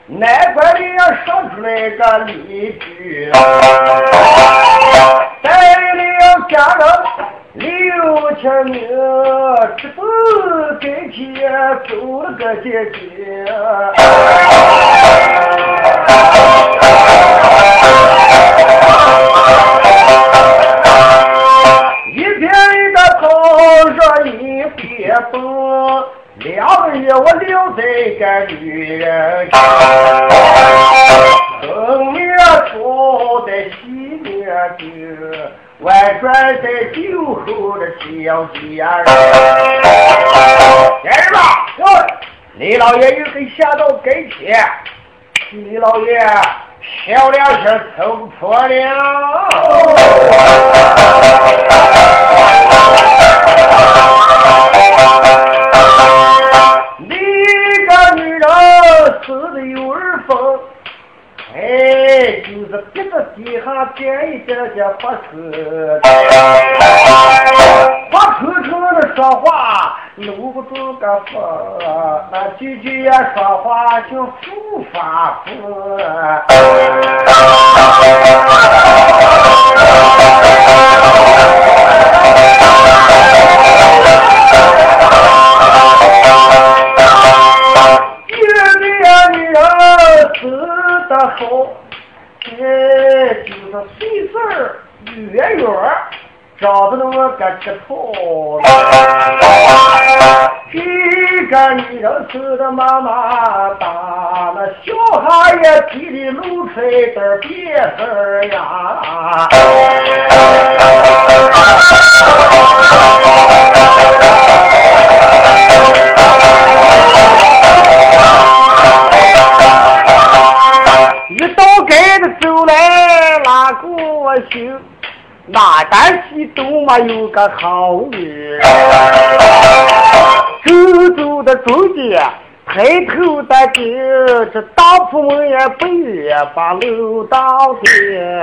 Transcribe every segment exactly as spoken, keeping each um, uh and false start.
难怪你要说出来个例句，带领家人六千名，只不给钱走了个姐姐。一天一个头上一别风，两个月我留在个女人家，东面出在西面去，外转在酒后的小家人。先生吧，李老爷又给下到跟前，李老爷小两声凑破了。你个女人死的有耳风，哎，就是别的地下点一点点发车，发车车的说话搂不住个风，那句句也说话就不发疯。死的好，哎，就是岁岁月月找不到我个吃头。一个女人死的妈妈大，那小孩也皮里露吹点别事呀。一刀改的走来拉过我心，哪单西都没有个好人。走走的中间抬头的盯，这大铺门也不愿把楼道的。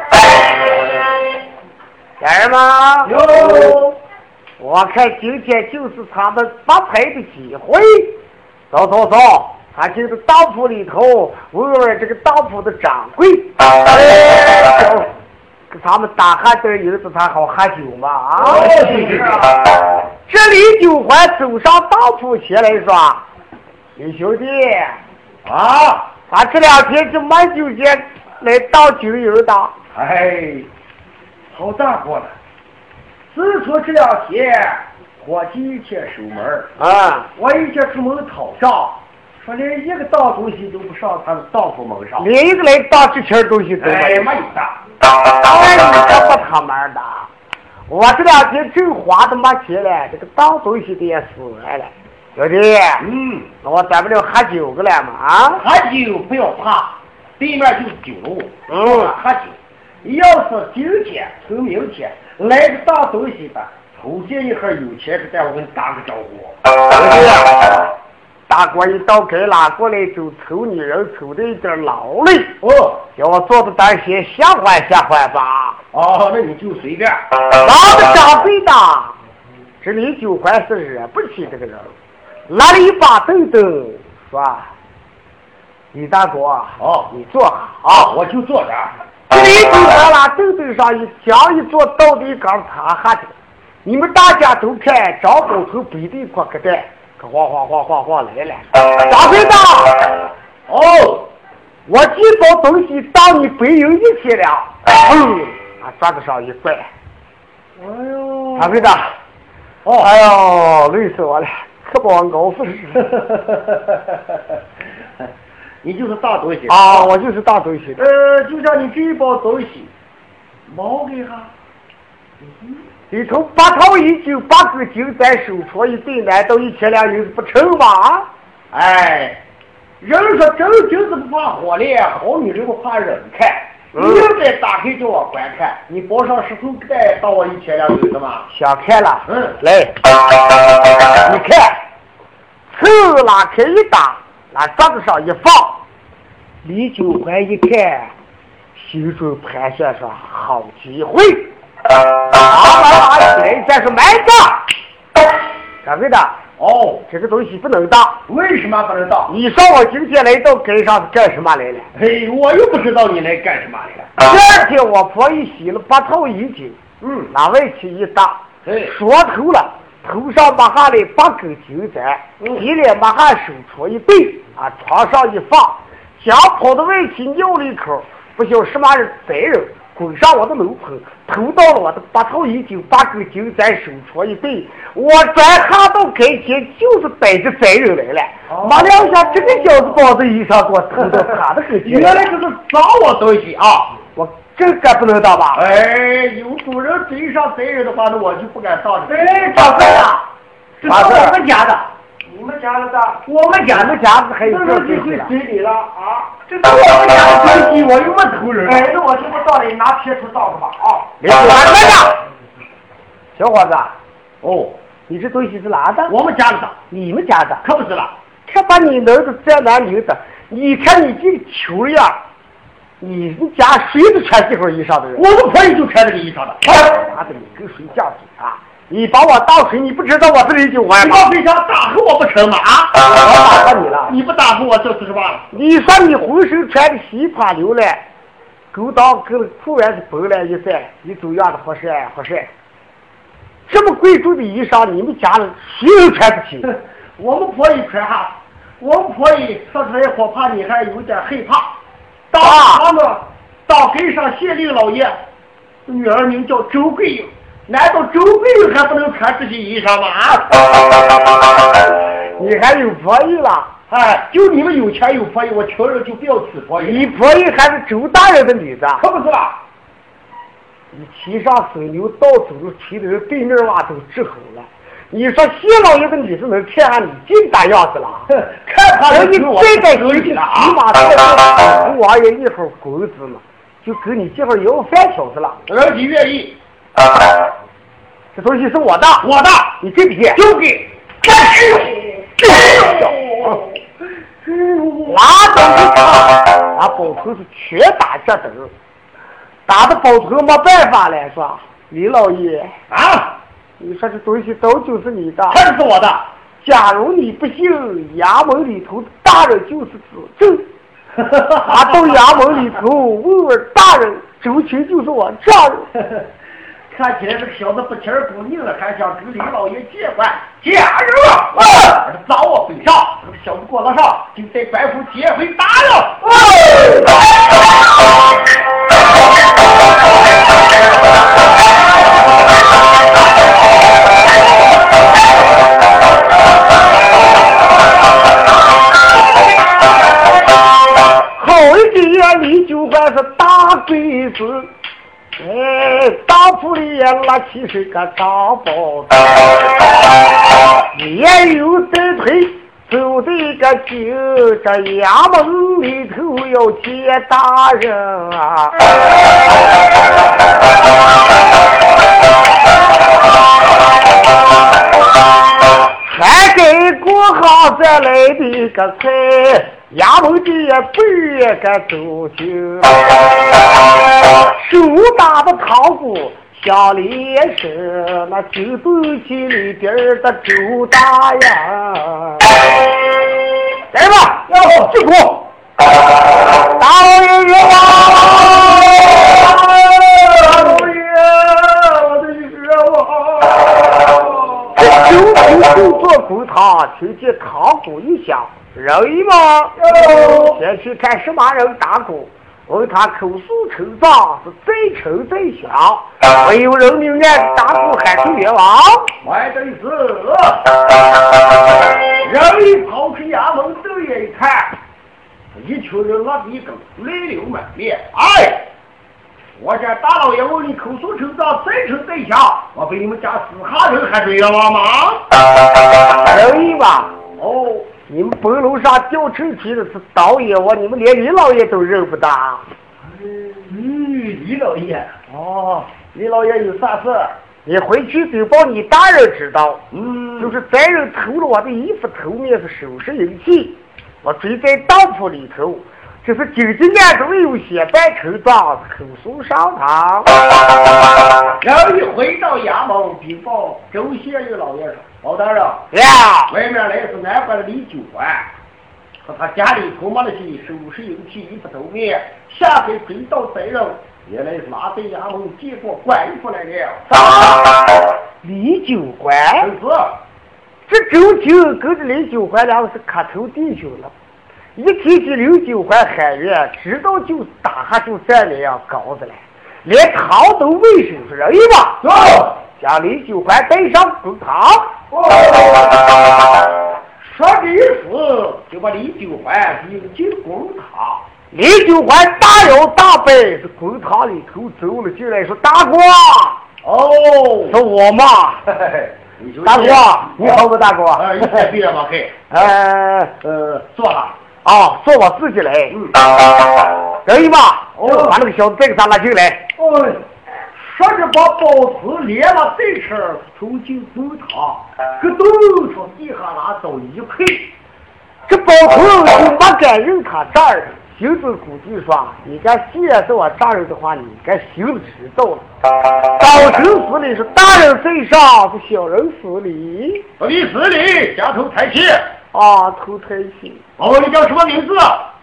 家人们，哟，我看今天就是他们发财的机会。走走走，他就是当铺里头问问这个当铺的掌柜，哎，给他们打哈点油子，他好喝酒嘛啊！这里就还走上当铺前来说：“李兄弟啊，他这两天就满酒店来当酒友的。哎，好大伙了！自从这两天伙计一天守门啊，我一天出门讨账。”说连一个当东西都不上他的当铺门上，连一个来当这钱东西都没有。哎，没有的。哎，你可不他妈的！我这两天正花的没钱了，这个当东西的也死来了。兄弟，嗯，那我咱们这喝酒个了嘛啊？喝酒不要怕，对面就是酒楼。嗯，喝酒。要是今天从明天来个当东西的，头见一盒有钱的，带我给你打个招呼。兄弟。大哥一刀给拉过来，就抽女人抽的一点劳累哦，叫我做的担心吓坏吓坏吧。哦，那你就随便。老子掌柜的，这里就还是惹不起这个人，拉了一把凳凳，说：“李大哥，哦，你坐好，我就坐这儿。”这里就还拉凳凳上一将一坐到底刚擦哈的，你们大家都看张工头背的块个带。晃晃晃晃晃来了，掌柜的，哦，我几包东西到你北营一去了，嗯，啊，抓子上一拐，哎呦，掌柜的，哦，哎呦，累死我了，可把我熬死了。你就是大东西啊，我就是大东西。呃，就像你这一包东西，毛给哈。嗯，里头八套一酒八个酒在手镯一对，难道一千两银子不成吗？哎，人说真金子不怕火炼，好女人不怕人看。嗯、你应该打开叫我观看，你包上石头盖到我一千两银子吗？想看了，嗯，来，你看，手拉开一打，拿桌子上一放，李九怀一看，心中盘算说好机会。啊啊！来，再是买个，掌柜的，哦， 哦，这个东西不能当。 为什么不能当？ 你说我今天来到街上是干什么来了？ 嘿，我又不知道你来干什么来了。 第二天我婆姨洗了八套衣襟， 嗯， 拿外去一搭， 嘿， 说头了，头上抹下来八根金簪，洗脸抹下手镯一对，啊，床上一放，想跑到外去尿了一口，不晓什么人贼人。滚上我的楼棚，投到了我的八套衣襟，八根金簪，手镯一对，我转下到跟前，就是逮着贼人来了。 哦、 马两下，这个小子包子衣裳给我偷到他的跟前。 原来这是找我东西啊！ 我这个不能当吧？ 哎，有主人追上贼人的话，那我就不敢当了。 哎，长辈啊，这是我们家的。 你们家的的， 我们家的家子还有这东西随你了啊！ 这是我们家的东西，我又没偷人。 哎，那我就不到里拿铁锹倒着吧啊！ 你管着呢，小伙子。 哦， 你这东西是哪的？ 我们家的。 你们家的？ 可不是了。 看把你儿子这男女的，你看你这个球样，你们家谁是穿这份衣裳的人？ 我们婆姨就穿这个衣裳的。 妈的，你跟谁犟嘴啊？你把我当谁？你不知道我这里就玩吗？你想打死我不成吗？啊！ 我打死你了！ 你不打死我就是什么了？ 你说你浑身穿的稀ผ้流了，勾当跟裤衩子崩了一塞，你走样子合适合适。这么贵重的衣裳，你们家人谁能穿得起？ 我们婆姨穿哈，我们婆姨说出来我怕你还有点害怕。当他们到跟上县令老爷，女儿名叫周桂英。难道周桂英还不能穿这些衣裳吗？ 你还有婆姨了？ 哎，就你们有钱有婆姨，我求人就不要娶婆姨。 你婆姨还是周大人的女的？ 可不是吧？ 你骑上水牛到走路骑的人对面娃都治好了。你说谢老爷的女子能看上你这大样子了？ 看他人家这在手里了，起码这个吴王爷一会儿工资嘛，就给你这会儿要饭小子了。 人家愿意。 这东西是我的， 我的， 你给不给？ 就给。 拿东西看，拿包头是全打这等，打的包头没办法了，是吧？李老爷啊， 你说这东西都就是你的， 这是我的。 假如你不信，衙门里头大人就是指证。他到衙门里头问问大人，周群就是我丈人。 看起来这个小子不钱儿够硬了，还想跟李老爷借款。假如啊，找我背上，这个小子过得上，就在白府结回打了。 好一点，你就还是大鬼子。哎，当铺里也拉起是个大包子，也有在推，走的个就这衙门里头要接大人啊！还给过好再来的个菜。衙门的也背个走进，手打的糖果小里是那九斗鸡里边的周大人。来吧，要进屋。大老爷爷啊！ 大老爷，我的女儿我。 这九头就做公堂，听见糖果一响。人吗？ 哦， 先去看什么人打鼓，问他口述称账是最沉最响，没有人命案打鼓喊出冤枉。 外对子，人一跑出衙门，瞪眼一看，一群人拉一根，泪流满面。哎，我家大老爷问你口述称账最沉最响，我被你们家死哈人喊出冤枉吗？ 人吧？ 哦。 你们本楼上吊车皮的是导演，我你们连李老爷都认不得。 嗯，李老爷，哦，李老爷有啥事？ 你回去禀报你大人知道。 嗯， 就是贼人偷了我的衣服，头面是首饰银器，我追在当铺里头， 这是九几年中有些白口状，口述上堂。 然一回到衙门，禀报周县尉老爷说：“包大人， 呀， 外面来是南关的李九环，和他家里头忙的是收拾油气，一不透面，下给追到贼人，原来是拉在衙门，结果关出来了。” 啊，李九环， 是这周九跟着李九环两个是磕头弟兄了。一提起刘九环喊冤，知道就打下就站那样高子来，连堂都未收拾人吧？ 哦， 将李九环带上公堂。 哦，说这一次就把李九环引进公堂。 李九环大摇大摆是公堂里头走了进来，说：“大哥， 哦， 是我嘛？大哥，你好不，大哥？ 啊，一切别吧，嘿， 呃呃，坐了。 啊，坐我自己来。嗯，可以吗？哦，把那个小子带给咱拉进来。 哦，说着把包子连了带车走进公堂，个都从地下拿走一块。 这包头就不敢认他这儿，行子估计说：“你该既然是我丈人的话，你该行子知道了。早晨死礼是大人在上，是小人死礼。 不必死礼，下头抬起。 啊，头抬起。 哦，你叫什么名字？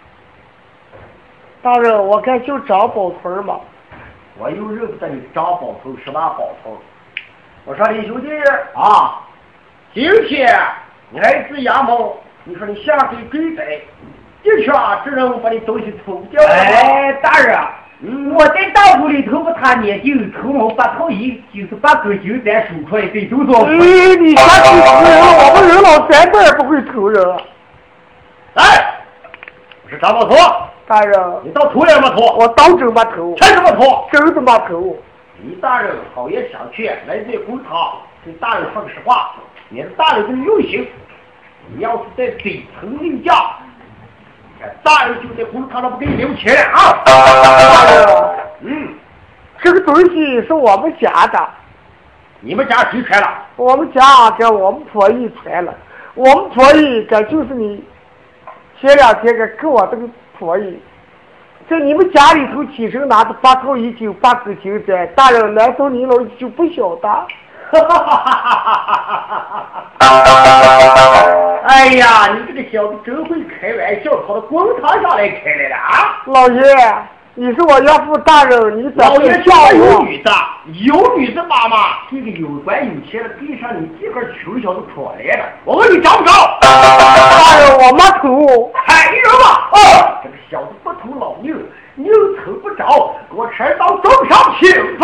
大人，我该就张宝屯嘛。 我又认不得你张宝头是哪宝头？我说李兄弟啊，今天你来自衙门，你说你下给追贼，的确只能把你东西偷掉。 哎，大人，嗯、我在道铺里头不他年就偷了八套衣，就是把狗酒咱数出来对都做。 哎，你下去死人，我们人老三辈不会偷人。 哎，我是张宝头。 大人， 你到头了吗？头， 我当真没偷， 真他妈头， 真他妈偷。 李大人好言相劝，来这公堂对大人说个实话，免得大人跟你用刑。你要是在嘴疼另价，大人就在公堂上不给你留钱啊！ 大人， 嗯， 这个东西是我们家的， 你们家谁传了？ 我们家给我们婆姨传了，我们婆姨这就是你前两天给给我这个婆姨，在你们家里头亲手拿着八套衣酒八个酒在，大人难道你老就不晓得？ 哎呀，你这个小子真会开玩笑，跑到公堂上来开来了啊！ 老爷，你是我岳父大人，你怎么老爷家有女的，有女的妈妈，这个有管有钱的地上你自个儿穷小子出来了，我问你找不找？ 大人，我没偷。 哎，人吧，哦，这个小子不偷老牛，牛偷不着，给我吃到中上刑罚！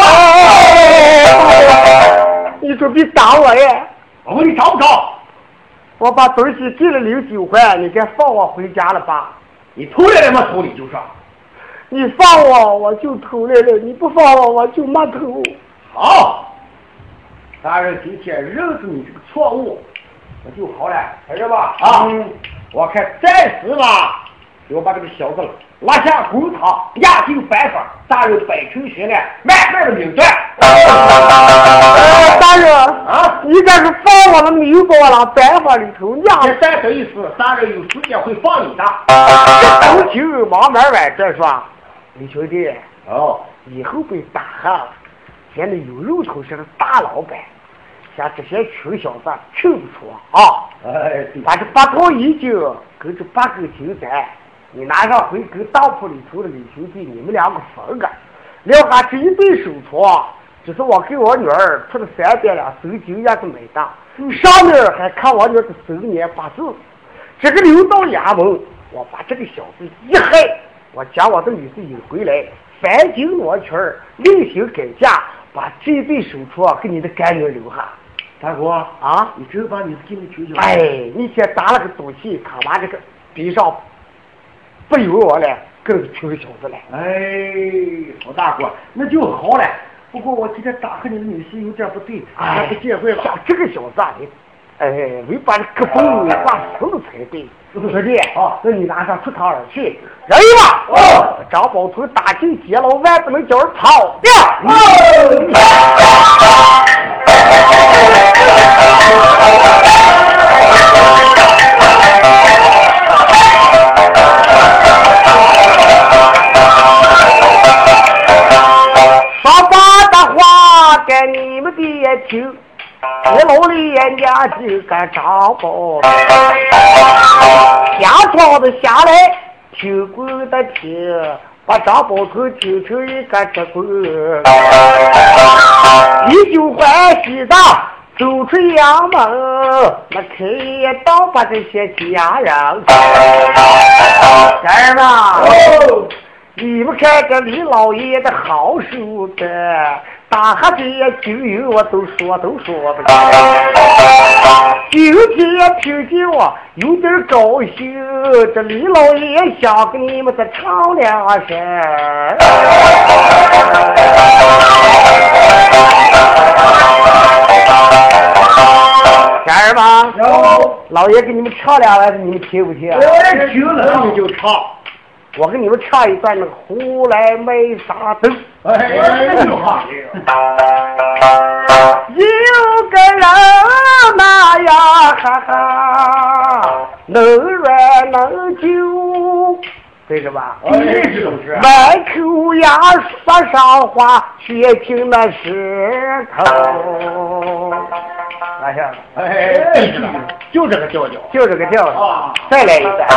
你准备打我呀？ 我问你找不找？ 我把东西给了刘九环，你该放我回家了吧？ 你偷来了吗？偷你就说。 你放我，我就偷来了；你不放我，我就没偷。 好，大人今天认识你这个错误，那就好了，知道吧？啊，嗯、我看暂时吧，给我把这个小子拉下公堂，押进反法，大人摆成悬案，慢慢的明断。 呃，大人啊， 你这是放我了，没有把我拉反法里头， 这三等意思，大人有时间会放你的。 这都听慢慢来再说。李兄弟， 哦， 以后被打下了，现在有肉头是个大老板，像这些穷小子吃不出啊！ 哎， 把这八套衣酒跟这八根酒仔，你拿上回跟当铺里头的李兄弟，你们两个分个，留下这一对手镯，这是我给我女儿出的三百两手酒也是买的，上面还看我女儿的生年八字。这个留到衙门，我把这个小子一害。我将我的女婿引回来，反经挪圈儿，另行改嫁，把这对手镯给你的干女留下。 大哥啊， 你真把你的经历求求。 哎，你先打了个赌气，他妈这个逼上不由我了，跟个穷小子了。 哎，好大哥，那就好了。不过我今天打和你的女婿有点不对， 哎， 不见怪了。 像这个小子啊，你哎，没把这个风挂死了才对。兄弟， 啊， 那你拿上出堂而去，人吧。哦，张宝头打进街牢，万不能叫人跑掉。 听，一楼里人家就该找包，下床的下来，听鬼的听，把张包头听成一个这鬼，一就欢喜的走出衙门，那开一刀把这些家人，儿们。哦，你们看这李老爷的好手的，打哈这些酒友我都说都说不了。今天听见我有点高兴，这李老爷想跟你们再唱两声。家人们， 有老爷给你们唱两来，你们听不听？ 哎，听了你就唱。 我给你们唱一段那个胡来没啥灯。 哎，就好。 有个人那呀哈哈，能软能救，对着吧？ 哎，这种是。 满口牙说上话，却听那石头。哎呀， 哎，就这个调调， 就这个调调。 啊， 再来一段。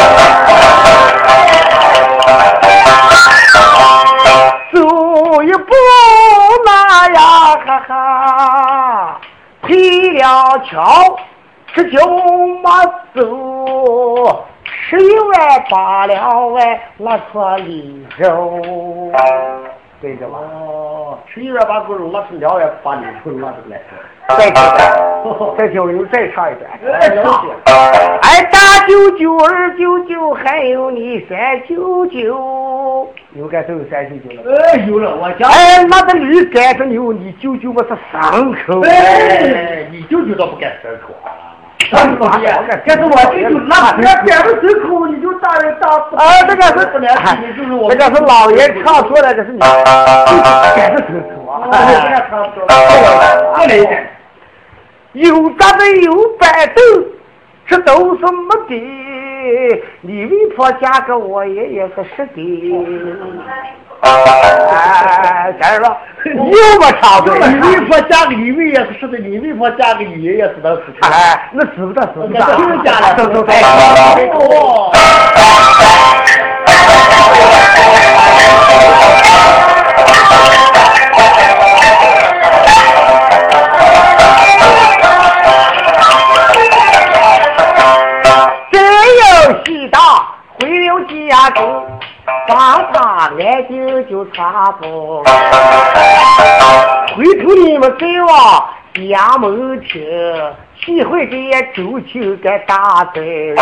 走一步那呀哈哈，退了桥，这就没走，吃一碗罢了碗那颗里肉，对着吧？ 哦，吃一碗把骨肉，那是两碗把里头那这个来。 再听，再听，我再唱一段。 哎，了解。 哎，大舅舅、二舅舅，还有你三舅舅，有该都有三舅舅了。 哎，有了，我家。 哎，那个驴赶着牛，你舅舅我是三口。 哎，你舅舅倒不敢三口啊。 三口也， 这是我舅舅那你赶着三口，你就大人大不。 啊，这个是不年轻，你就是我。 这个是老爷唱说的，这是你赶着三口啊。 哎，这个差不多了。再来一点。 有咱的有板凳，这都是没的。你为婆嫁给我爷爷可是的。哎，家人们，又没唱对。 你为婆嫁给你妹也是的，你为婆嫁给你爷爷是的事情。 哎，那死不得，死不得。 就是嫁了， 走走走。 哦。 回了家中，把他眼睛就擦不。回头你们再往衙门听，体会这些周秋该大罪。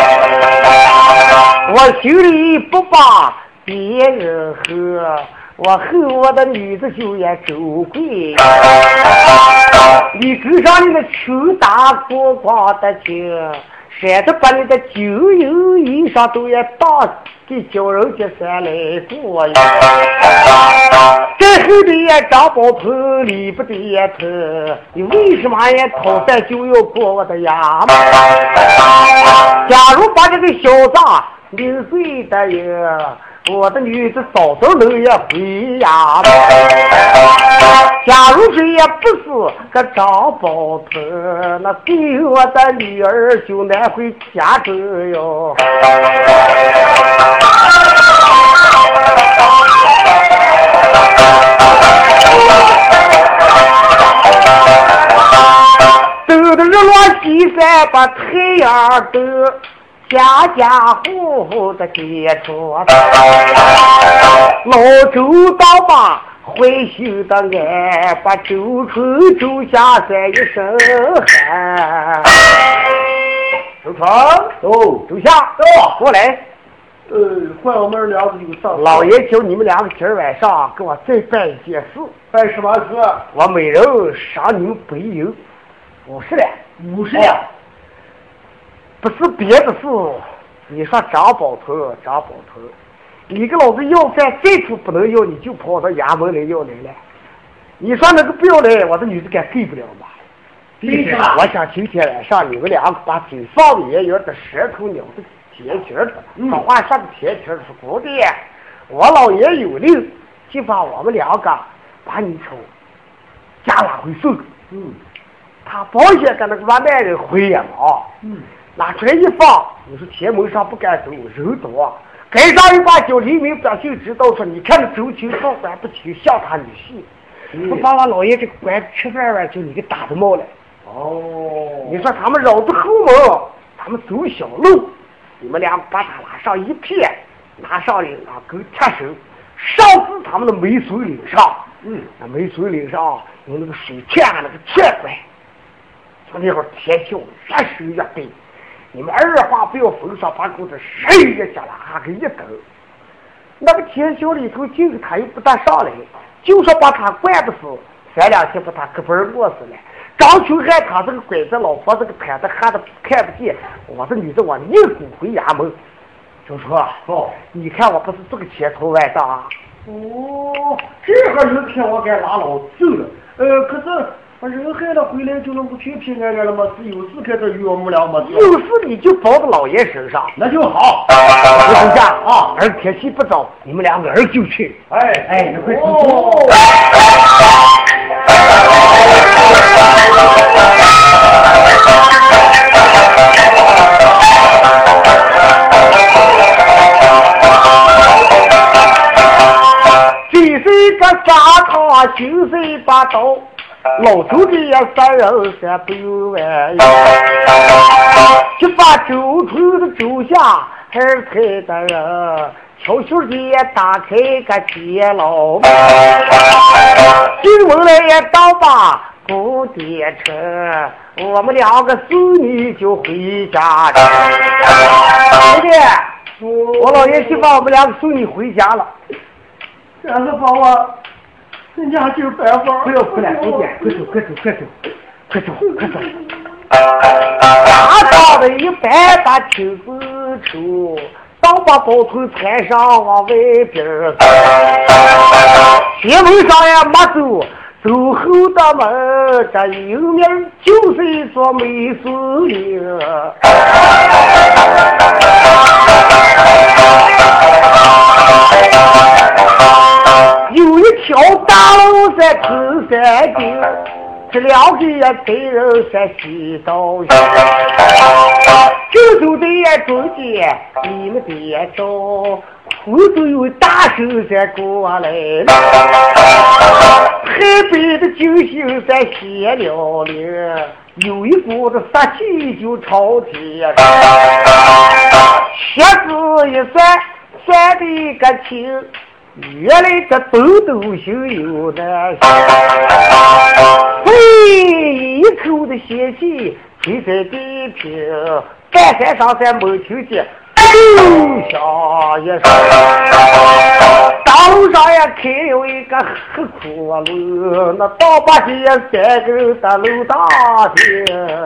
我心里不把别人喝，我恨我的女子就也周贵。你头上你的球打过光的劲。谁都把你的酒油衣裳都要当给叫人家三来过呀！这后的也张宝头里不得也头，你为什么也讨饭就要过我的衙门？假如把这个小子六岁的人，我的女子早早能也回衙门。假如这也不是个张宝头，那对我的女儿就难回家中哟。等的日落西山把太阳灯，家家户户的接触，老周到吧回修的爱，把周春周下山一声喊。周春，哦，周下，哦，过来。 呃，换我们两个就上。 老爷求你们两个今儿晚上给我再办一件事。 办什么事？ 我每人赏你们白银五十两。 五十两。 不是别的事，你说张宝头，张宝头，你跟老子要饭再处不能要，你就跑到衙门来要来了。你说那个不要来，我的女子该给不了吧？ 对吧？我想今天晚上你们两个把嘴放的也有点舌头咬的铁蹄儿的，说话上的铁蹄儿是不的。我老爷有令，就把我们两个把你从家拉回送。 嗯， 他保险跟那个外卖人回眼了啊。 嗯， 拿出来一放，你说铁门上不敢走，人多。该上一把酒，黎明百姓知道说，你看那周清朝官不起，笑他女婿，不把我老爷这个官吃饭碗就你给打的冒了。 哦， 你说他们绕着后门，他们走小路，你们俩把他拉上一片，拿上两根铁绳，上至他们的眉水岭上， 嗯， 那眉水岭上有那个水泉那个泉关，从那会儿天桥三手一对，你们二话不要封上，把狗子谁也下来还给一抖，那个天桥里头就是他又不大上来，就说把他关不死，三两天把他胳膊磨死了。张秋汉他这个拐子老婆这个摊子看的看不见，我这女的我一股回衙门。就说哦，你看我不是这个前途外大啊。 哦，这个有天我该拉老走了。呃，可是我人害了回来就能不平平安安了吗？是有事开这与我们俩吗？ 有事你就包到老爷身上， 那就好。 我等下啊，儿天气不早，你们两个人就去。 哎哎，你快出哦。 几岁个沙炕，九岁把刀，老周的也三人三不由外，就把周村的周下二才的人，悄悄地打开个街牢门，进门来也到吧不点车，我们两个送你就回家去。兄弟，我老爷媳妇我们两个送你回家了。 要是把我人家就白发， 不要哭了，兄弟，快走，快走，快走，快走，快走。大道的一百把青丝绸，倒把包头穿上往外边走。前门上也没走，走后的门，这迎面就是一座美苏岭。有一条大路在赤山顶，这两个也贼人在西道上，就走的也中间，你们别走，后头有大手在过来了，台北的救星在歇了铃，有一股子杀气就朝天上，鞋子一算，算的一个清。原来这抖抖心有难受，嘿，一口的血气吹在地平，半山上在没听见，哎呦下一声，大路上也开了一个黑窟窿，那倒把街三根的楼大厅，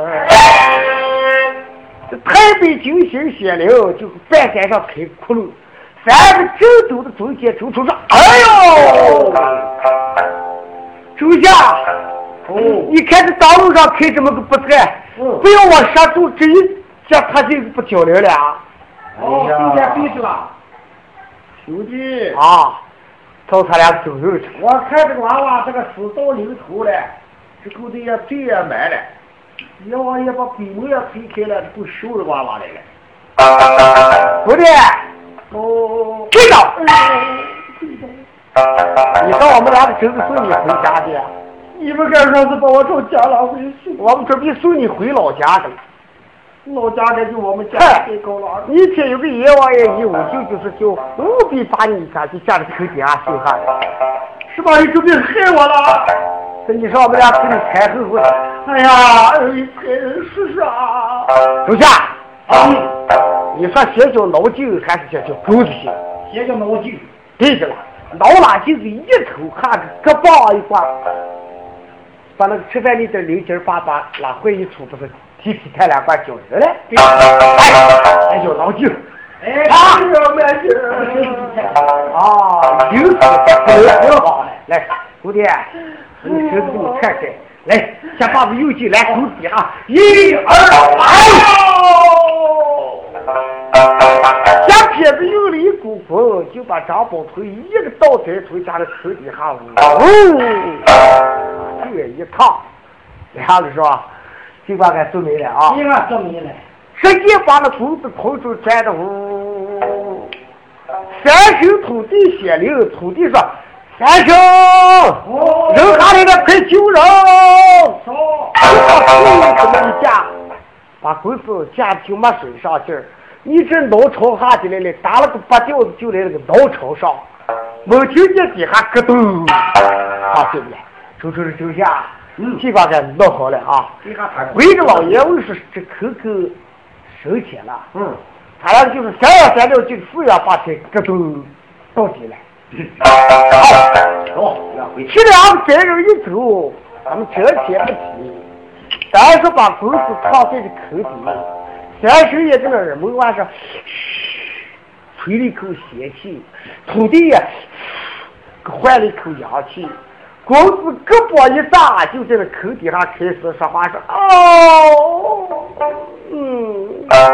这台北九星显灵，就半山上开窟窿。三个正走的中间，周冲说：“哎呦，周下，哦，你看这道路上开这么个不菜，嗯，不要我杀猪，这一下他就不交流了。 哦，今天闭了，兄弟啊，找他俩走走去。 我看这个娃娃这个死到临头了，这狗子也嘴也埋了，阎王爷把鬼门也推开了，不收这娃娃来了。 不对。” 哦， 对的，你说我们两个真是送你回家的， 你们干啥子把我从家拉回去？ 我们准备送你回老家的。 老家的就我们家最高了。 一天有个阎王爷一五就就是就务必把你家就家里头底下收下来， 是吧？你准备害我了？ 跟你说我们俩给你开后后。 哎呀，害人是啥？ 周下啊。你说先叫脑筋还是先叫狗子心？ 先叫脑筋。 对着了，脑拉筋子一头哈着，胳膊一挂，把那个吃饭那点零钱把把拉回一出，不是提皮太两块交人了？对，哎，先叫脑筋。 哎，啊，慢劲啊，有此不好。来，徒弟，你身子给我看看。来，先把子右进来，手底下，一二三。下撇子用了一股风，就把张宝头一个倒栽从家的头底下，哦，这一趟， 两个是吧？就把俺做没了啊！ 你看做没了， 直接把那公子空中转的呜，三手土地显灵，土地说三手，扔下来的快救人！ 说， 这么一架，把公子架就没水上劲儿，一阵脑朝下去来了，打了个八吊子就来了个脑朝上，没听见底下咯噔，啊对不对？抽抽的抽下。嗯，这把给弄好了啊！围着老爷问是这口口收钱了。嗯，他那就是三月三六就四月八天，这都到底了。好，这两个真人一走，咱们这钱不提，但是把公子放在这口底，三手也跟那耳门晚上吹了一口邪气，土地也换了一口阳气。公子胳膊一炸，就在那口底上开始说话说：“哦，嗯。”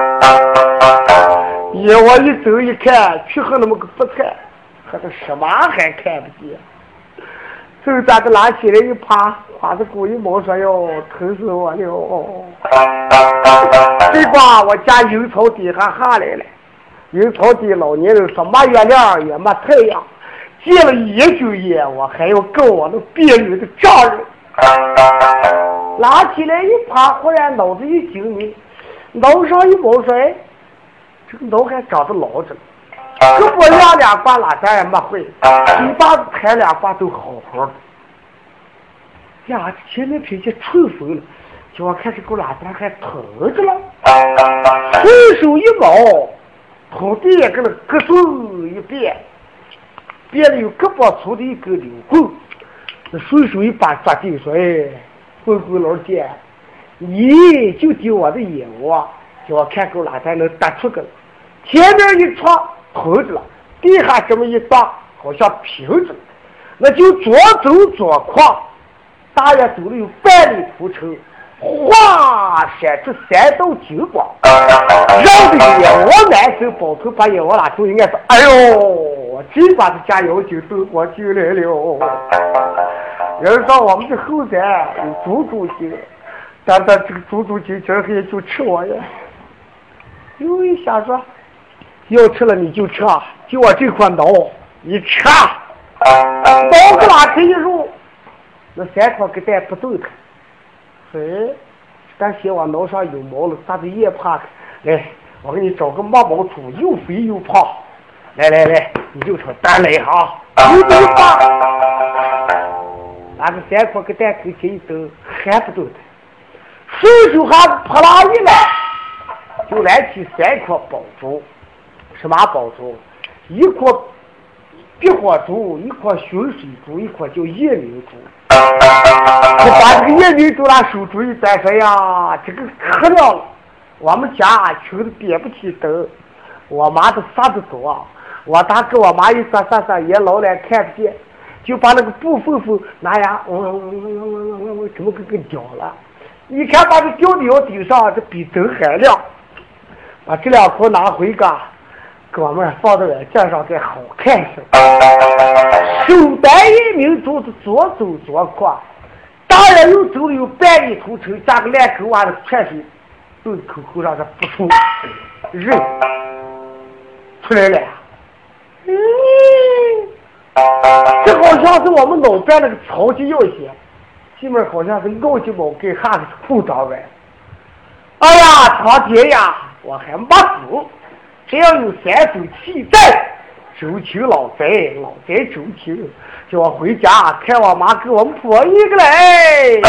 爷我一走一看，去和那么个不菜，和他什么还看不见。就咋个拿起来一趴，花子故意毛说：“哟，疼死我了！”这卦我家油草地还下来了，油草地老年人说没月亮也没太阳。借了烟就烟，我还要告我那别扭的丈人。拿起来一趴，忽然脑子一惊呢，脑上一毛摔，这个脑还长得老着，胳膊压两把拉咱也没会，嘴巴子抬两把都好好的。呀，前面脾气吹风了，叫我看这个拉咱还疼着了，顺手一毛，土地也跟那咯噔一变。别了有胳膊粗的一根柳棍，那顺手一把抓紧说：“哎，混混老姐，你就丢我的眼窝，叫我看够哪才能打出个。前面一戳头着了，地下这么一抓，好像平着，那就左走左跨，大约走了有半里途程，哗闪出三道金光，让的眼窝难受，包头把眼窝拉住，应该说：哎呦！”这把子加油就都过去来了。人说我们的后山有猪猪精，但但这个猪猪精今儿黑就吃我呀。又一想说，要吃了你就吃，就我这块脑你吃，脑子拉开一入，那三块个蛋不动弹。哎，但嫌我脑上有毛了，啥子也怕。来，我给你找个毛毛猪，又肥又胖。来来来，你就瞅蛋来哈，有没有吧？拿个三块个蛋口前一抖，还不动的，顺手还扑啦一来，就来起三块宝珠。什么宝珠？一块碧火珠，一块寻水珠，一块叫夜明珠。我把这个夜明珠拿手珠一摘说呀，这个可了了，我们家穷的点不起灯，我妈的啥子多啊。我大跟我妈一说说说也老来看不见，就把那个布缝缝拿呀，嗯嗯嗯嗯嗯，怎么给给掉了？你看把这掉掉顶上，这比灯还亮。把这两块拿回家，给我们放在碗架上，该好看些。手戴一名珠子，左走左跨，当然又走了有半里途程，加个烂狗娃的泉水，都口口上这不出人出来了。嗯，这好像是我们老边那个超级药鞋，西面好像是熬鸡毛给下个后掌外。哎呀，堂姐呀，我还没死，只要有三手气在，周清老宅，老宅周清，叫我回家看我妈给我们婆一个来。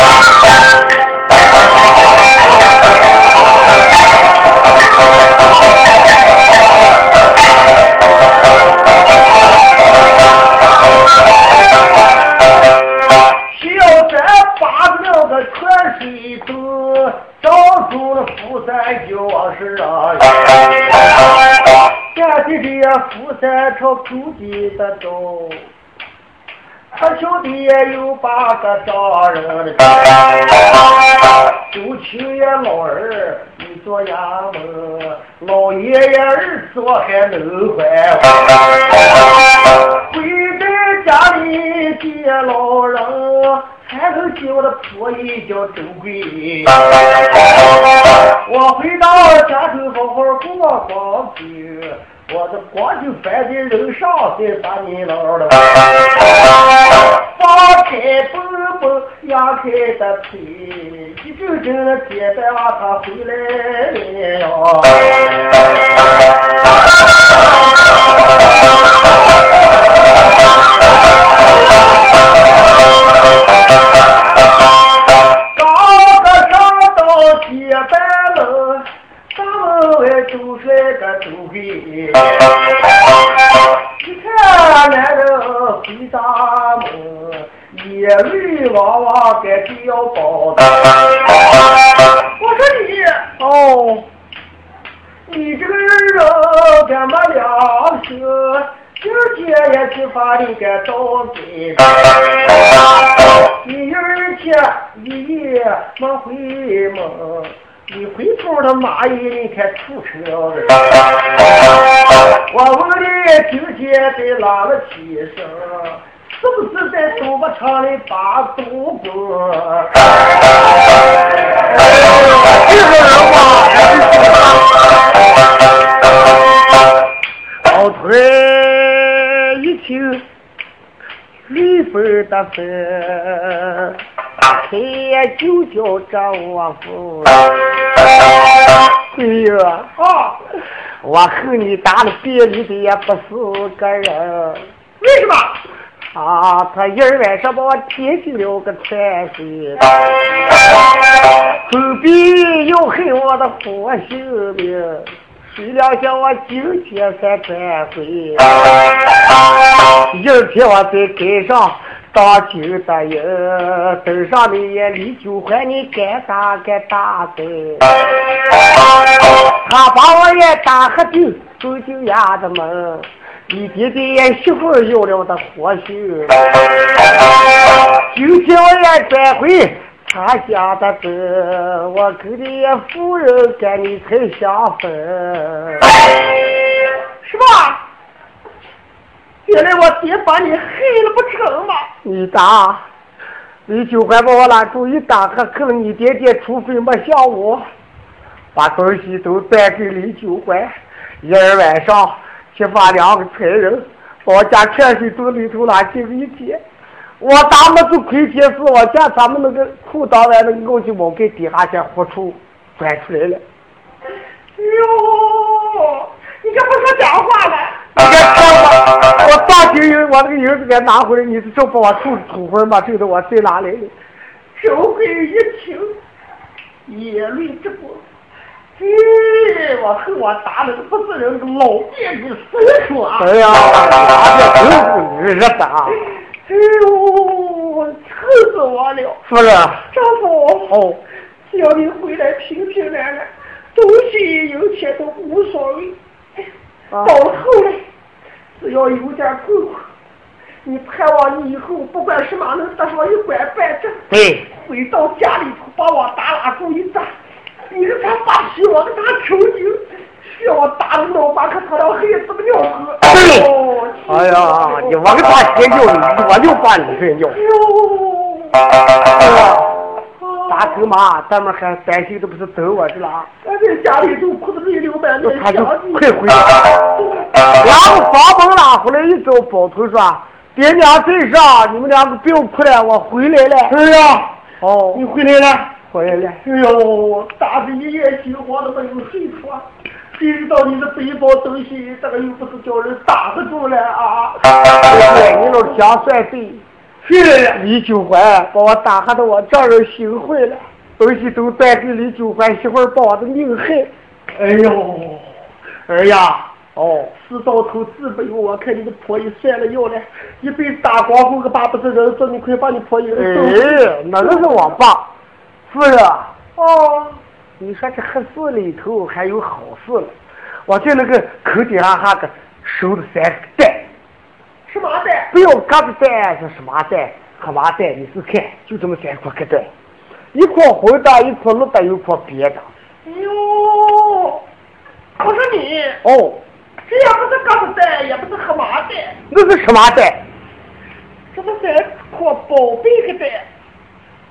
小山八庙的泉水多，照住了福山就是啊。干的这福山朝土地的走，他兄弟也有八个丈人的，周青爷老儿你做衙门，老爷爷儿子我还能怀，回在家里的老人抬头见我的婆姨叫周贵。我回到家头好好给我光酒，我的光酒摆在人上再把你捞了。放开蹦蹦扬开的腿，一阵阵的接待他回来了。刚个上到街板了，大门外走出来个周贵。一看男人回大门，眼泪汪汪该就要爆的。我说你哦，你这个人干嘛良心？今天也去法里该倒霉。你二天一夜没回门，你回头的蚂蚁你看出车了。我问你今天得拉了起身，是不是在东北厂里打东工？ 这个人嘛，后腿一听绿风的风，天就叫张王府。哎呀， 啊， 我和你打了别离的也不是个人。 为什么？ 啊，他一晚上把我贴起了个残水，何必又恨我的活性命？谁料想我今天才转回，一天我在街上当酒的人，灯上面也李九怀你该打该打的，他把我也打喝酒，走进衙的门。一点点也媳妇儿有了我的活性，今天我也转回他家的灯，我跟你夫人跟你才相分， 是吧？原来我爹把你害了不成吗？ 你打，你就快把我拉住一打，还可能你爹爹除非没想我，把东西都带给李九怀，一儿晚上。去发两个财人，把我家泉水洞里头拉进一天。我打么子亏钱是我家咱们那个裤裆外那个枸杞蒙给底下先活出钻出来了。 哎呦，你这不说假话了？ 你看看我，我大金银我那个银子给拿回来，你是说把我吐吐回吗？这个我谁拿来的？ 周贵一听，眼泪直播。嘿，我恨我打的不是人，老爹的孙说啊！ 哎呀，这真是日子啊！ 哎呦，气死我了！ 夫人， 丈夫， 哦， 只要你回来平平安安，东西有钱都无所谓。 啊、 到了后来，只要有点功夫，你盼望你以后不管什么能得上一官半职。 对， 回到家里头把我打拉住一打。你给他发气，我给他抽筋，需要打的脑瓜可他要黑死不了喝。 对，哎呀，你我给他先尿你，我就把你给尿。哎呀，大头妈，咱们还担心的不是等我去了？ 我在家里头哭得泪流满面， 他就快回来。两个房门拉回来一走，包头说：“爹娘在上，你们两个不用哭了，我回来了。” 哎呀， 哦， 你回来了。 回来了。 哎呦，打的一夜惊慌的没有睡着，谁知道你的背包东西，这个又不是叫人打得住了啊！ 对，你老想算对。 是李九怀把我打吓得我丈人心坏了，东西都带给李九怀，媳妇儿把我的命害。 哎呦，儿呀， 哦， 死到头自不由我，看你的婆姨摔了腰了，一辈子打光棍个爸不是人，说你快把你婆姨收。 哎，那个是我爸。夫人， 哦， 你说这黑市里头还有好事了，我在那个口底下哈个收了三个蛋。 什么蛋？ 不用疙瘩蛋是什么蛋？河马蛋，你是看，就这么三块疙瘩，一块红的，一块绿的，一块别的。 哎呦，我说你， 哦， 这也不是疙瘩蛋，也不是河马蛋， 那是什么蛋？ 这不三块宝贝个蛋。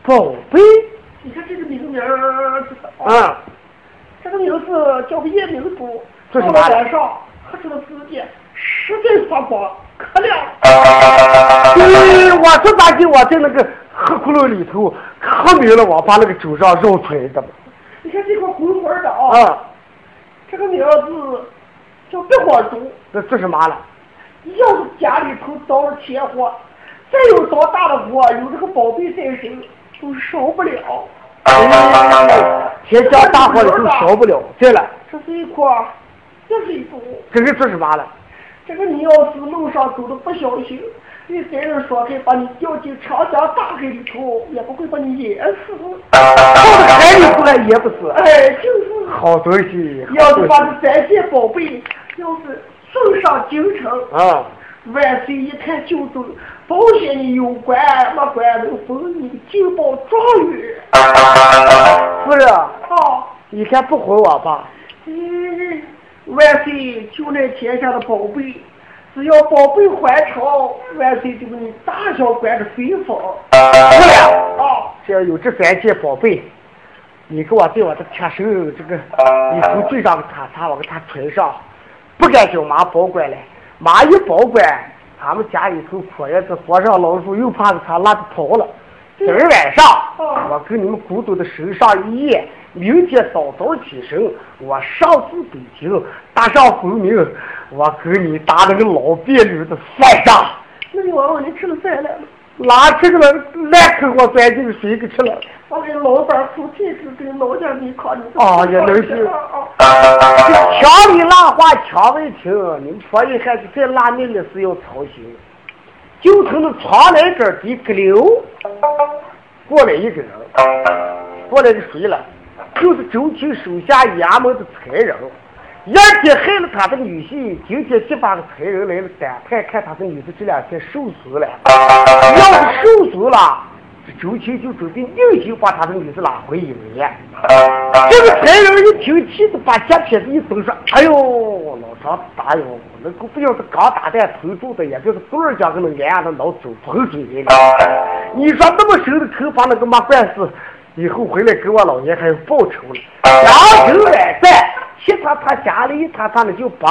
宝贝。 你看这个名名儿， 嗯， 这个名字叫个夜明珠， 这是到了晚上，和这个世界实在发光，可亮。 对，我说咋的？我在那个河窟窿里头可明了，我把那个粥上绕出来的嘛。 你看这块红花的啊， 啊， 这个名字叫别光粥。 这这是嘛了？ 要是家里头着了邪火，再有多大的火，有这个宝贝在身，都烧不了。 哎，天降大火了都烧不了。对了， 这是一块，这是一种。 这个这是嘛了？ 这个你要是路上走的不小心，你别人说开把你掉进长江大海里头，也不会把你淹死。 到了海里头来也不是。 哎，就是。 好东西。 要是把这三件宝贝，要是送上京城， 啊， 万岁一看就走，保险你有官没官能封你金宝状元。 夫人， 啊， 你先不回我吧。 嗯，万岁就那天下的宝贝，只要宝贝还朝，万岁就给你大小管着飞放。 夫人， 啊， 只要有这三件宝贝，你给我在我的贴手这个里头对上个塔塔，我给他穿上，不敢叫马保管了。马一保管，他们家里头破叶子火上老鼠，又怕他拉着跑了。今儿晚上，我跟你们古董的守上一夜，明天早早起身，我上至北京，搭上风鸣，我给你打那个老别扭的饭上。 那你往往你吃了饭来了？ 哪吃个了？烂口我钻进水给吃了。 我给老板夫妻是跟老家没靠你。 哦，也能行。墙里烂话墙外听，你们婆姨孩子在拉面的事要操心。就从那床来这儿的个溜，过来一个人，过来就谁了？就是周琦手下衙门的差人。一天害了他的女婿，今天这把个差人来了单派，看他的女婿这两天受死了。要是受死了，这周琦就准备硬性把他的女婿拉回营业。这个差人一听，气得把下撇子一抖说：“哎呦，老张打哟，那个不要是刚打蛋头住的，也就是多少家个能挨下的脑走风水人了。你说那么深的口把那个嘛官司，以后回来给我老爷还有报酬了。然后晚饭。”其他他家里他他的就拔，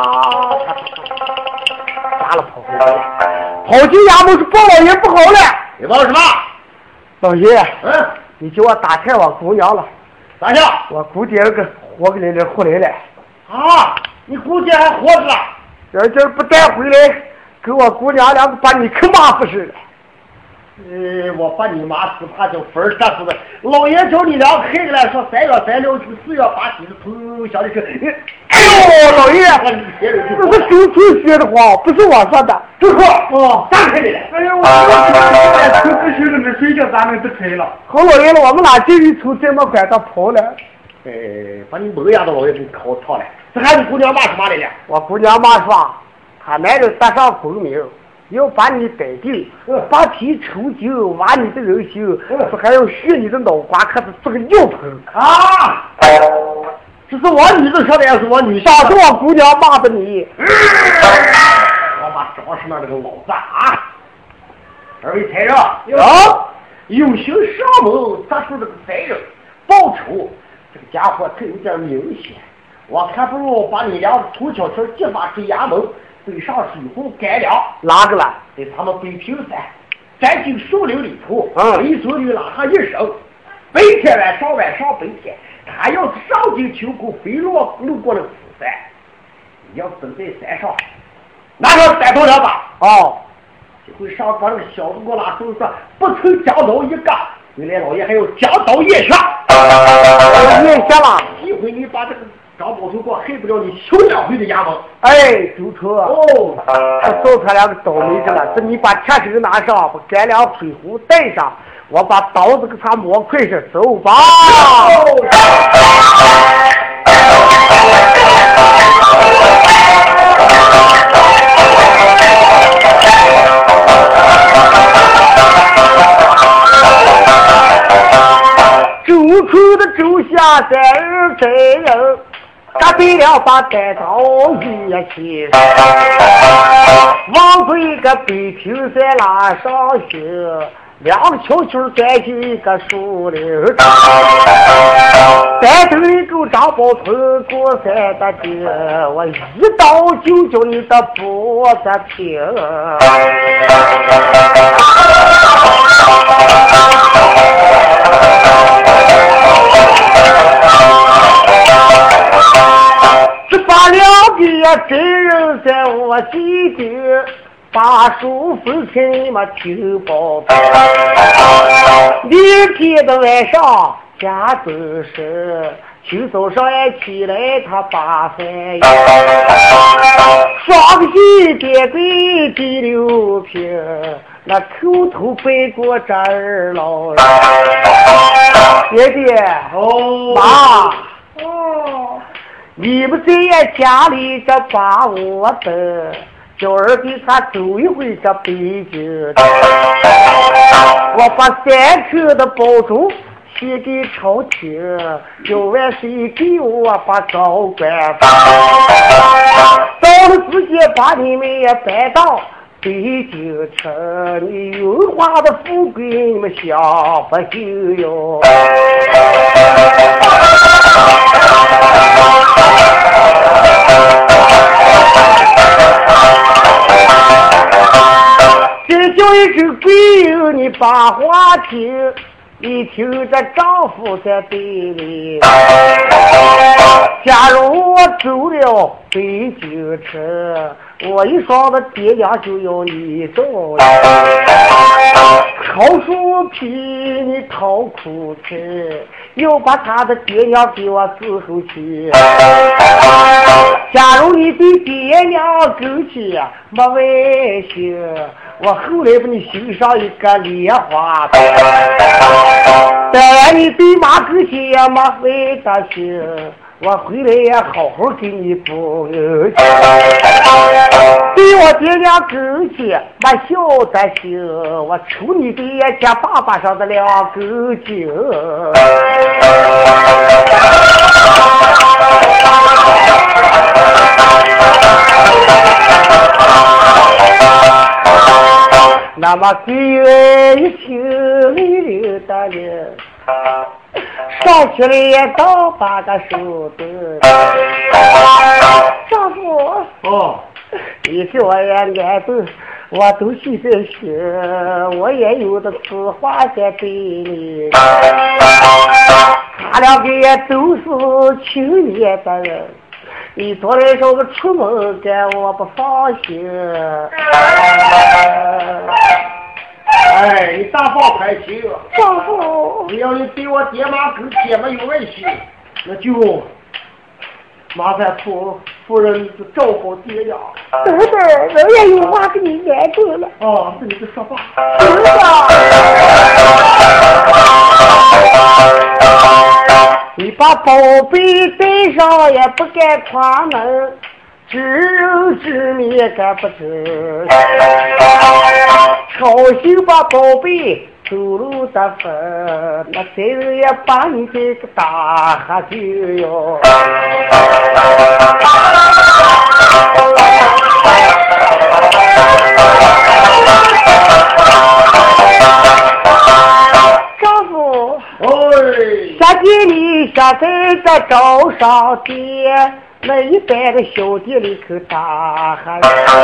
拔了跑回来了，跑进衙门是报老爷不好了。 你报什么？ 老爷， 嗯， 你叫我打探我姑娘了。 咋下？ 我姑爹个活给人家回来了。 啊，你姑爹还活着了？ 人家不带回来，给我姑娘两个把你可骂不是了。 呃，我把你妈只怕就分儿杀死的。老爷叫你俩黑着来说三月三六这个四月八七的头小的是。 哎呦，老爷，这是手头学的话，不是我说的。 这货哦，咋开的？ 哎呦，我这个手里面睡觉咱们不吹了。 好老爷了，我们哪进一头这么快他跑了？ 哎，把你门牙的老爷给烤烫了。这还你姑娘骂什么来了？ 我姑娘妈说，他男人搭上风名。要把你逮定，把皮抽筋，挖你的人心，说还要削你的脑瓜壳子，这个尿盆啊！这是我女子说的，还是我女婿？ 打是我姑娘骂的你。 我把找什么这个老子啊！二位差人， 啊， 有心上门砸出这个贼人，报仇。这个家伙他有点明显，我看不如把你俩头悄悄揭发出衙门。北上水户改良哪个了？ 在他们北平山山进树林里头， 嗯， 雷孙女拉他一声，白天晚上晚上白天，他要是上进秋谷飞落路过了此山，你要等在山上，拿上三头两把哦， 就会上把那个小子给我拉手说，不曾将刀一个，原来老爷还要将刀验血， 我验血了， 一回你把这个。张宝头过害不了你休两回的衙门。 哎，周成哦， 他揍他两个倒霉的了。这你把铁手拿上，把干粮水壶带上，我把刀子给他磨快些，走吧。周成的周下三人真人。他背了把带刀一起，往这个北平山拉上去， 两个球球钻进一个树林，三头一狗张宝春过山的顶，我一刀就叫你的脖子停。这把两个真人在我心底，把书分开嘛听报，明天的晚上家都是秋早上也起来他把饭呀，双喜点对第六瓶，那口头背过这儿老人，爹爹哦妈哦， 你们在家里这把我的叫儿给他走一回这北京，我把三颗的包中写给朝廷，叫万岁给我把高官发，到了直接把你们也搬到北京城，你荣华的富贵你们享不休哟。这叫一声贵人，你把话听，你听着丈夫在对里。假如我走了北京城，我一双的爹娘就要你走了，掏树皮你掏苦菜，又把他的爹娘给我伺候去。假如你对爹娘跟前没威胁，我后来把你欣赏一个莲花瓣，但你对妈跟前也没为大心，我回来也好好给你补恩情。对我爹娘跟前没孝的心，我抽你的家爸爸上的两根筋。那么对于情里的人，上去了也到八个手的。丈夫哦， 你是我也安顿，我都记在心，我也有的此话在对你。他两个也都是情业的人，你昨天说个出门干我不放心。 哎，你大放开心， 丈夫， 只要你对我爹妈跟姐没有爱心，那就麻烦夫夫人就照顾爹娘。 等等，我也有话跟你言对了。 哦，那你就说吧。 行吧。你把宝贝带上也不敢夸门，知人知面也敢不知。操心把宝贝走路的分，那谁人也把你这个打下去哟。丈夫， 哎， 下地里下在这招上街，那一般的小店里可大喊，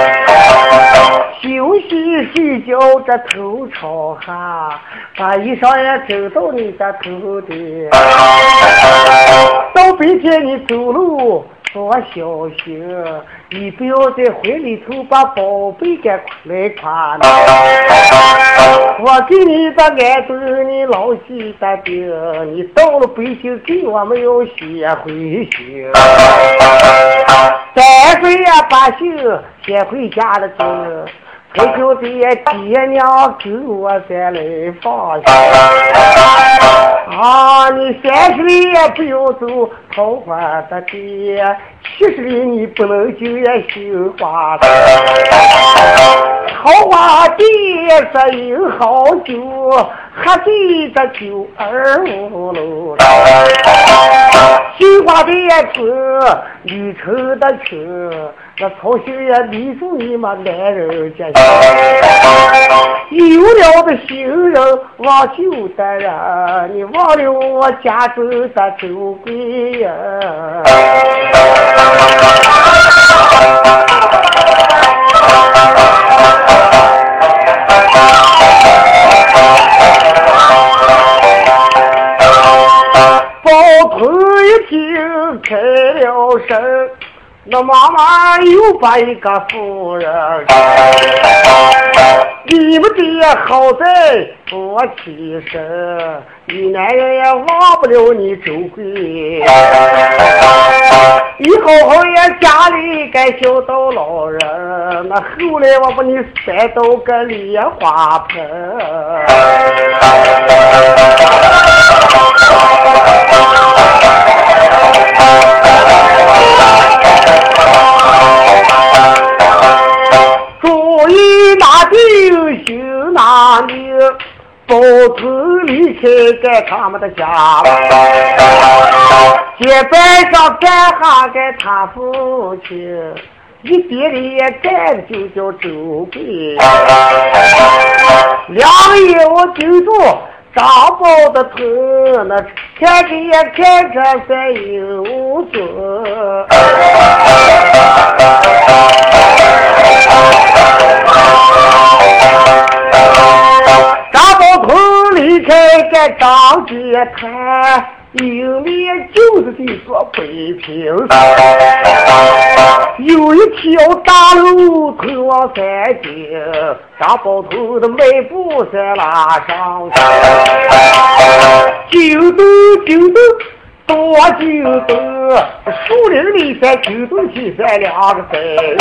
休息睡觉这头朝下，把衣裳也整到你的头顶，到白天你走路多小心，你不要在怀里头把宝贝给来夸呢。我给你的爱都你老记得定，你到了北京给我们要写回信，三岁呀把信写回家的经，才叫这爹娘给我再来放心。啊，你三十里也不要走桃花的街，七十里你不能就也绣花的。桃花地这有好酒，喝醉这酒儿无路。绣花的也吃，你吃的吃，那操心也立住你嘛男人家有了的行人忘旧的人，你忘了我家中的周贵呀。包头一听开了声，那妈妈又把一个妇人，你们爹好在多起身，你男人也忘不了你周贵，以后后也家里该孝道老人，那后来我把你塞到个莲花盆。注意那定行那里，包子离开给他们的家，结拜上干哈给他父亲，一别人也干就叫周贵，两夜我就住张宝的头，那看着也看着在有尊。张宝头离开这张街滩，迎面就是这座北平山，有一条大路通往山顶，张宝头的迈步在拉上山，就都就都多就都，树林里在就都起在两个山，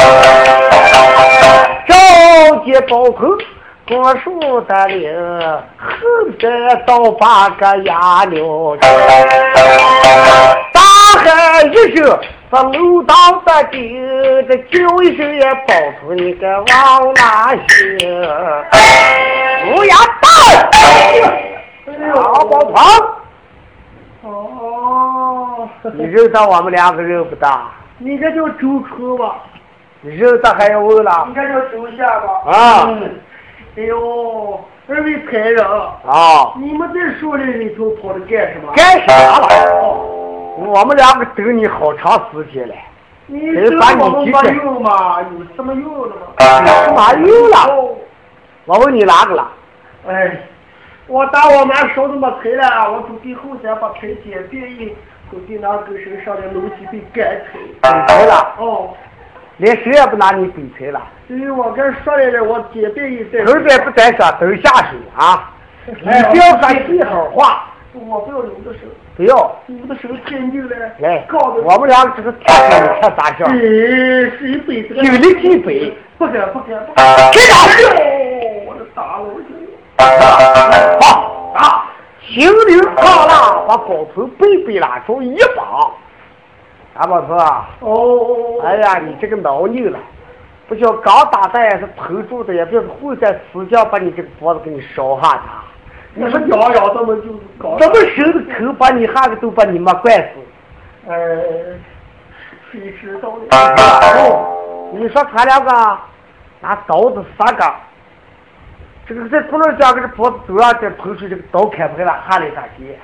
着急宝头过树的岭，后在到八个牙牛，大喊一声把楼道的顶，这叫一声也保出你个往哪行？乌鸦蛋，老宝床。 哦， 你认得我们两个认不得？ 你这叫周科吧？ 你认得还要问了？ 你这叫周夏吧？ 啊。 嗯哎呦，二位才人啊！ 你们在树林里头跑着干什么？ 干啥了？哦，我们两个等你好长时间了。 你等我们没用嘛？有什么用的吗？ 有什么用了？我问你哪个了？ 哎，我打我妈手都没赔了，我都给后山把赔钱变异，都给那根身上的楼梯被干赔。 被赔了？ 哦。 连谁也不拿你被赔了。 所以我跟说来了，我姐背一在。 头在不在说都下水啊！你不要说一好话。 我不要你们的手。 不要。 你们的手天硬了。 来， 告诉我们俩这个天生的看咋样？ 哎，是一辈子。 有力几杯。 不敢不敢不敢。 别打！ 我这打了我就。 好啊！行灵抗浪，把包头背背拉出一绑。大宝头啊！ 哦， 哎呀，你这个老牛了，不叫刚打的也是头住的，也不是后在死角把你这个脖子给你烧下去。 你说咬咬他们就搞。 怎么手的口把你下个都把你妈惯死？ 呃，谁知道呢？ 哦，你说他两个拿刀子杀个，这个在不能讲这个脖子都让这碰出这个刀开不开了，下来咋接？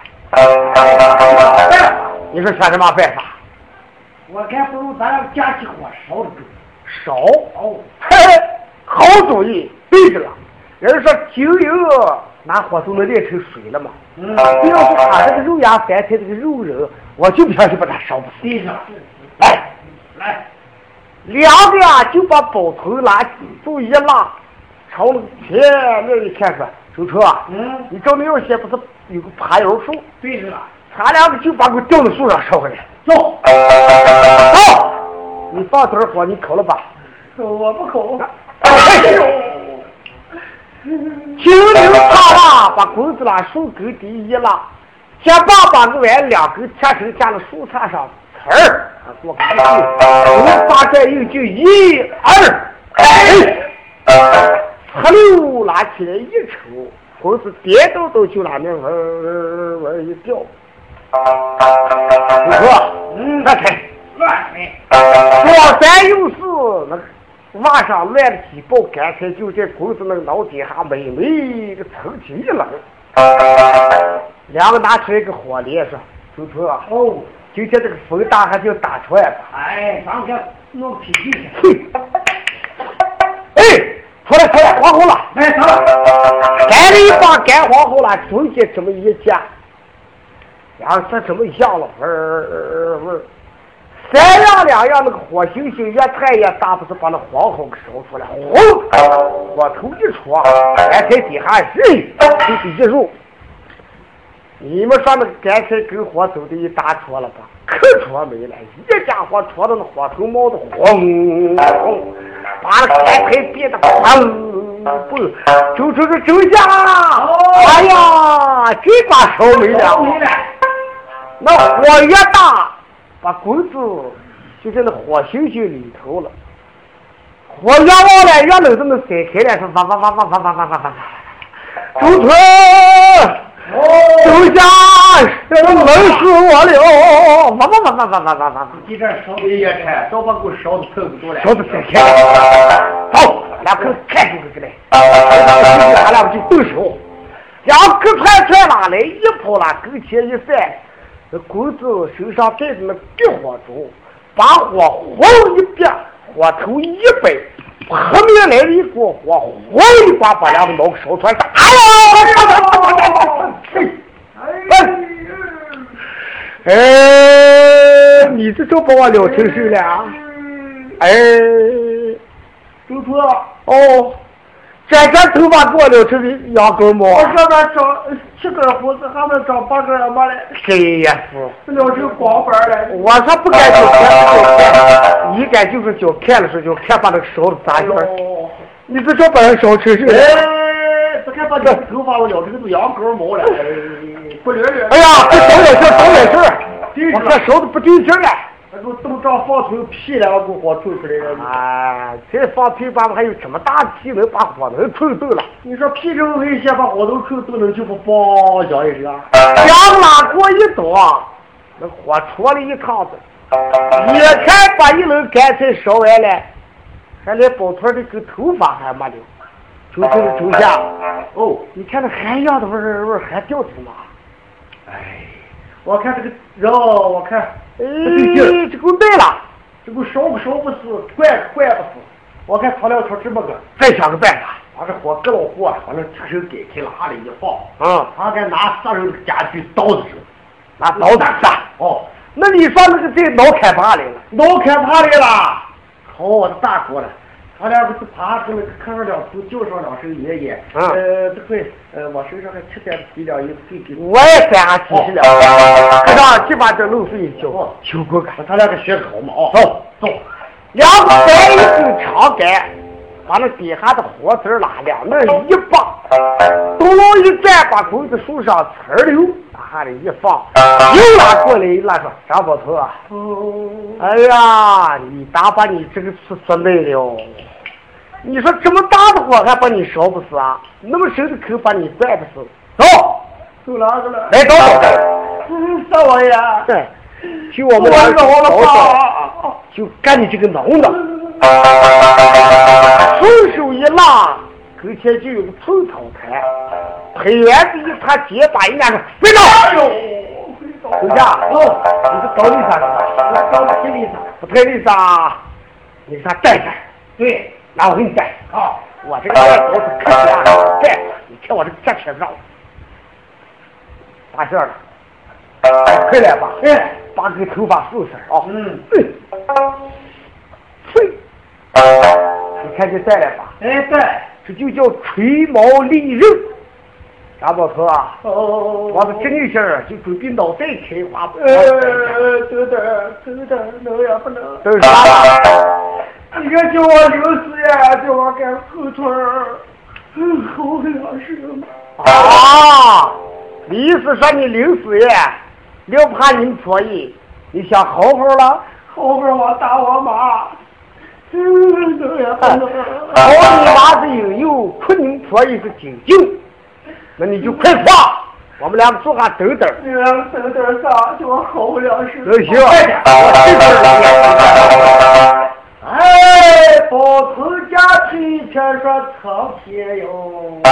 你说想什么办法？ 我看不如咱俩加起火烧了住。 烧？哦，嘿嘿，好主意，对着了。人家说酒油拿火都能炼成水了嘛。嗯。不要是他这个肉芽翻开这个肉人，我就不相信把他烧不死。 对上。 来来， 两个呀就把包头拉起，就一拉，朝那个前面一看说：“周车啊，嗯，你找那药些不是有个爬腰树？ 对着了。他两个就把我吊到树上烧回来。走，走，你放多少火？你烤了吧？ 我不烤。 哎呦！轻灵啪啦，把棍子拉树根底一拉，先把把个碗两根切成架到树杈上，刺儿，我看看，我发这又就一二，哎，哈溜拉起来一抽，棍子颠倒倒就拉面，嗡嗡嗡一掉。你说，嗯， 乱开， 乱开。 说咱有事，那个晚上乱了几包，干脆就在棍子那个脑底下美美的抽起一冷。两个拿出一个火镰说：“周头啊， 哦， 今天这个风大，还就打出来吧。” 哎，咱们弄脾气去。 嘿，哎，出来出来，黄红了， 哎，走了。 干了一把干黄红了，中间这么一夹，然后这这么响了，味儿味儿，三样两样那个火星星越太越大，不是把那黄红给烧出来，轰，火头一戳，干柴底下人就是一入。你们说那个干柴跟火走的一大戳了吧？可戳没了，一家伙戳到那火头冒的轰轰，把那干柴变得砰不，就这个周家，哎呀，这把烧没了，那火越大，把棍子就在那火星星里头了，火越往来越冷，这么甩开了，说哇哇哇哇哇哇哇哇哇，周村。周家，冷死我了！哇哇哇哇哇哇哇哇！ 你这烧的也柴，早把给我烧的透不住了。 烧的太开了。走，俩可看出去来。俺俩就动手，两个团团拉来，一扑啦，跟前一闪，那棍子手上带着那别火烛，把火轰一别，火头一摆。旁边来了一股火，火一把把两个脑给烧出来，哎呀！哎，你这就把我聊成谁了啊？哎， 周叔， 哦，这根头发给我聊成羊羔毛。 我上面长七根胡子，还没长八根毛嘞。 谁呀是？ 聊成光板了。 我说不敢就看，就看，你敢就是就看的时候就看把那个烧的咋样？你这叫把人烧成谁？ 哎，这看把你头发我聊成都羊羔毛了，不溜溜。 哎呀，这烧点事，烧点事，我看烧的不对劲了。 那个东张放头屁两个火冲出来了。 哎，这放屁把还有这么大的屁能把火能冲动了？ 你说屁这么危险，把火都冲都能就不爆响一声。 两拉过一刀，那火戳了一炕子，一看把一篓干柴烧完了，还连包团的根头发还没留。就这个周下，哦，你看那寒样的味儿味儿还掉头吗？ 哎，我看这个人，我看。 哎，这够对了， 这个烧不烧不死，坏坏不死。我看他俩说这么个， 再想个办法， 把这火搁老火，把那铁手给开拉里一放， 嗯， 他该拿杀人家具刀子手， 拿刀子杀。 哦， 那你说那个这脑开扒来了， 脑开扒来了，好我的大锅了。他俩不是爬出来看上两头，叫上两声爷爷。 嗯， 呃，这回呃，我身上还吃点几两银子给。 我也三下七十两，可上就把这路费交，求过个。 他俩个学好嘛，哦， 走走，两个白一根长杆，把那底下的火丝拉两那一拔，咚隆一站，把棍子树上刺儿溜，把下里一放，又拉过来一拉说：“张宝头啊，哎呀，你打把你这个吃说累了。”你说这么大的火还把你烧不死啊？那么深的口把你灌不死？走， 走哪个了？ 来找找。 嗯，大王爷。 对，就我们俩找找，就干你这个脑子。顺手一拉，跟前就有个寸草台，裴元子一他结把人家说：“回走。”回家哦，你是找丽莎的， 我找不起丽莎， 不推丽莎，你给他带带。 对。 那我给你带啊！ 我这个带刀是客气啊，带你看我这个夹切不上，发现了，快来吧！哎，把这个头发梳上啊！ 嗯， 对，吹，你看这带来吧？ 哎，带， 这就叫吹毛利刃。张宝头啊， 哦， 我们这一下就准备脑袋开花。 呃，等等，等等，能呀不能？ 等啥了？ 你看叫我刘四呀，叫我干后腿儿，嗯，好两声嘛。 啊，你意思说你刘四爷刘怕你们错意，你想好好了？ 好好我打我妈，嗯，能呀不能？ 好你妈是有有，困你们错意是仅仅，那你就快说， 我们两个做下豆豆。 你两个豆豆啥就好不了事。 都行，我这个人。 哎，包头家推前说草偏哟，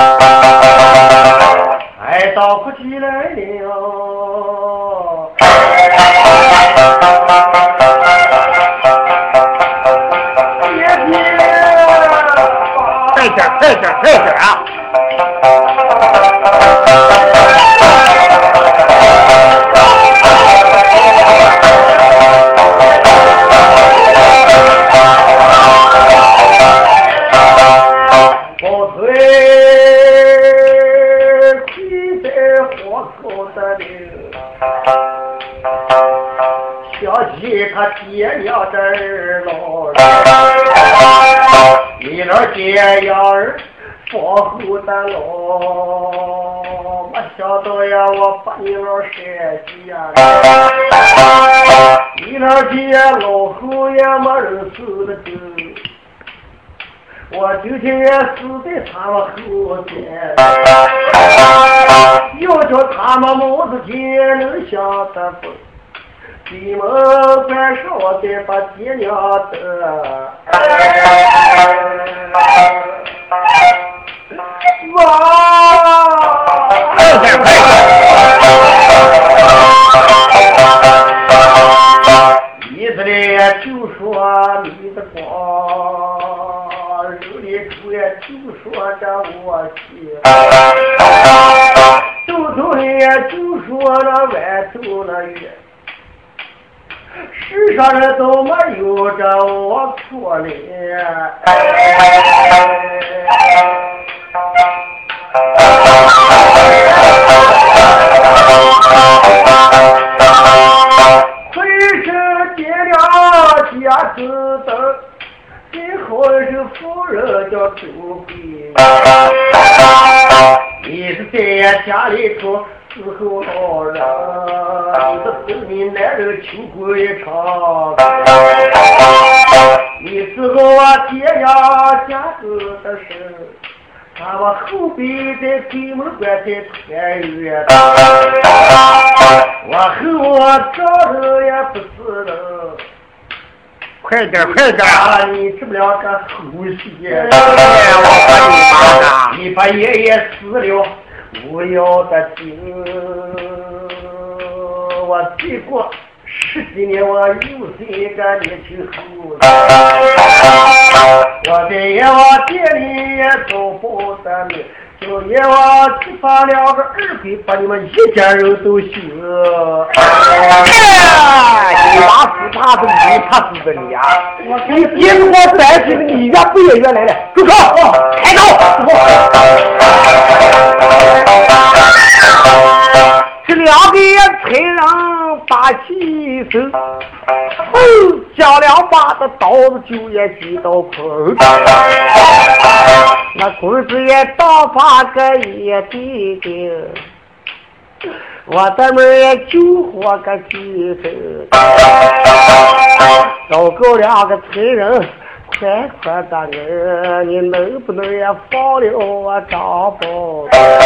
哎，到不起来了。别别， 快点，快点，快点啊！ 包腿跪在火口的领，想起他爹娘的儿老人，你那爹娘儿保护的老，没想到呀，我把你老晒急呀，你那爹老后也没人受得住。我究竟也死在他们后边，要叫他们母子亲能想得不？你们快上我再把爹娘的妈， 快点，快点！ 意思里就说你的光。手里头也就说着我媳，头头里也就说了外头了月，世上人都没有着我可怜。亏是爹娘家子等。最后是夫人叫周贵，你是在家里头伺候老人，你是跟你男人求归长，你伺候我爹娘家子的事，他们后边在鬼门关在团圆，我和我丈人也不是人。 快点，快点！ 啊，你吃不了这口气！ 哎，我把你妈的！ 你把爷爷死了，我要的紧。我再过十几年，我又是一个年轻猴子。我在阎王殿里也走不得命，就阎王只发两个二鬼，把你们一家人都休。 你妈死他的你，他死的你呀！你爹跟我在一起的你呀，不也原来了？住口！开刀！这两个才让把起手，哦，将两把的刀子就也举到口，那棍子也倒发个也弟弟。我咱们也救活个几声，找够两个贼人，快快的人，你能不能也放了我张宝？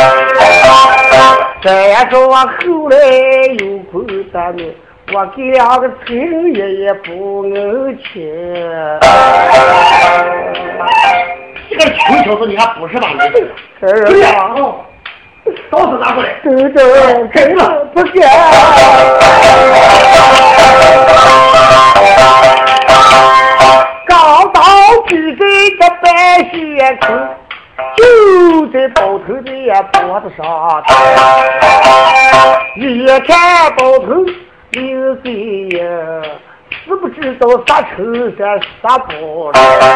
再说我后来有空的命，我给两个贼人爷爷不能钱。 这个穷小子，你还不是吧？ 贼人呀！ 刀子拿过来， 对对，给了不给。刚到几个这白血口，就在包头的脖子上，一看包头六岁呀，是不知道啥丑啥啥不，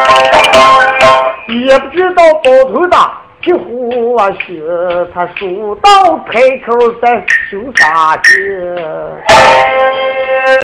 也不知道包头大。几乎啊学他数到开口在修啥去。